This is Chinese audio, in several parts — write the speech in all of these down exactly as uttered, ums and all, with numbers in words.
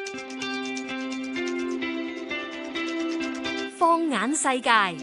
放眼世界。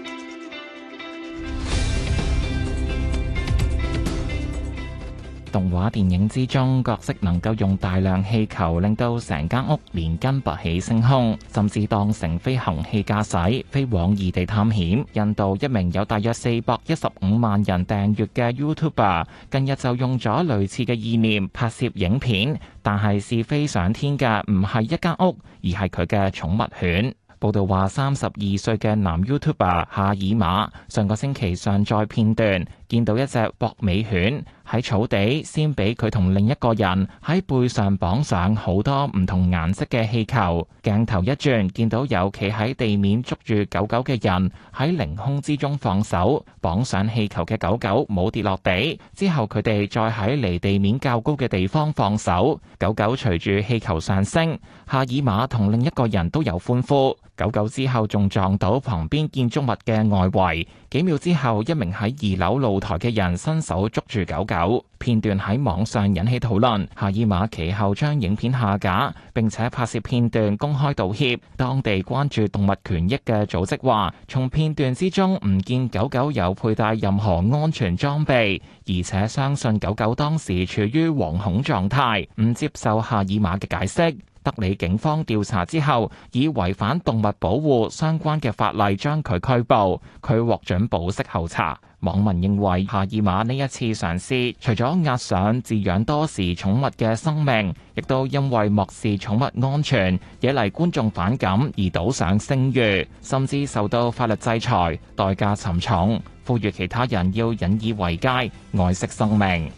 動畫電影之中，角色能夠用大量氣球令到成間屋連根拔起升空，甚至當成飛行器駕駛飛往異地探險。印度一名有大約四百一十五萬人訂閱嘅 YouTuber 近日就用咗類似嘅意念拍攝影片，但係試飛上天嘅唔係一間屋，而係佢嘅寵物犬。報道話，三十二歲嘅男 YouTuber 夏爾馬上個星期上載片段，見到一隻博美犬喺草地，先俾佢同另一個人喺背上綁上好多唔同顏色嘅氣球。鏡頭一轉，見到有企喺地面捉住狗狗嘅人喺凌空之中放手，綁上氣球嘅狗狗冇跌落地。之後佢哋再喺離地面較高嘅地方放手，狗狗隨住氣球上升。夏爾馬同另一個人都有歡呼。狗狗之後仲撞到旁邊建築物嘅外圍，幾秒之後，一名喺二樓露台嘅人伸手捉住狗狗。片段喺網上引起討論，夏爾馬其後將影片下架，並且拍攝片段公開道歉。當地關注動物權益嘅組織話，從片段之中唔見狗狗有佩戴任何安全裝備，而且相信狗狗當時處於惶恐狀態，唔接受夏爾馬嘅解釋。德里警方調查之後，以違反動物保護相關嘅法例將佢拘捕，佢獲准保釋候查。網民認為夏爾馬呢一次嘗試，除咗押上飼養多時寵物嘅生命，亦都因為漠視寵物安全，惹嚟觀眾反感而賭上聲譽，甚至受到法律制裁，代價沉重。呼籲其他人要引以為戒，愛惜生命。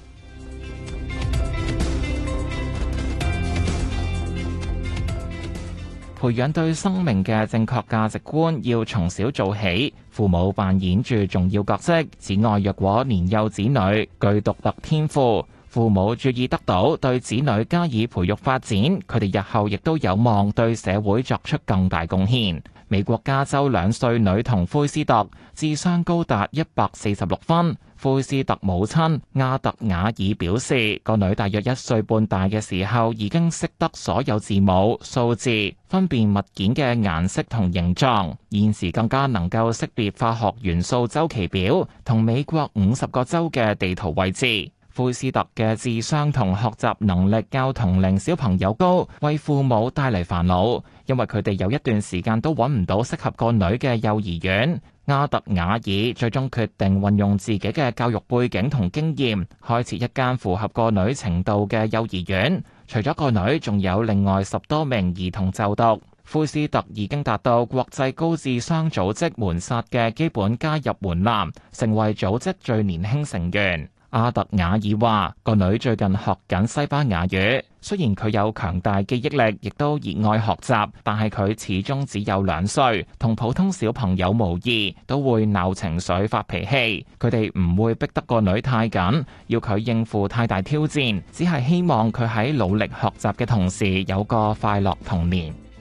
培養對生命嘅正確價值觀要從小做起，父母扮演住重要角色。此外，若果年幼子女具獨特天賦，父母注意得到，對子女加以培育發展，佢哋日後亦都有望對社會作出更大貢獻。美國加州兩歲女童灰斯特智商高達一百四十六分。灰斯特母親亞特瓦爾表示，個女大約一歲半大嘅時候已經識得所有字母、數字，分辨物件嘅顏色同形狀，現時更加能夠識別化學元素週期表同美國五十個州嘅地圖位置。灰斯特嘅智商同學習能力較同齡小朋友高，為父母帶嚟煩惱，因為佢哋有一段時間都揾唔到適合個女嘅幼兒園。亞特瓦爾最終決定運用自己嘅教育背景同經驗，開設一間符合個女程度嘅幼兒園。除咗個女，仲有另外十多名兒童就讀。灰斯特已經達到國際高智商組織門薩嘅基本加入門檻，成為組織最年輕成員。阿特瓦爾話：個女最近學緊西班牙語，雖然佢有強大記憶力，亦都熱愛學習，但係佢始終只有兩歲，同普通小朋友無異，都會鬧情緒、發脾氣。佢哋唔會逼得個女太緊，要佢應付太大挑戰，只係希望佢喺努力學習嘅同時，有個快樂童年。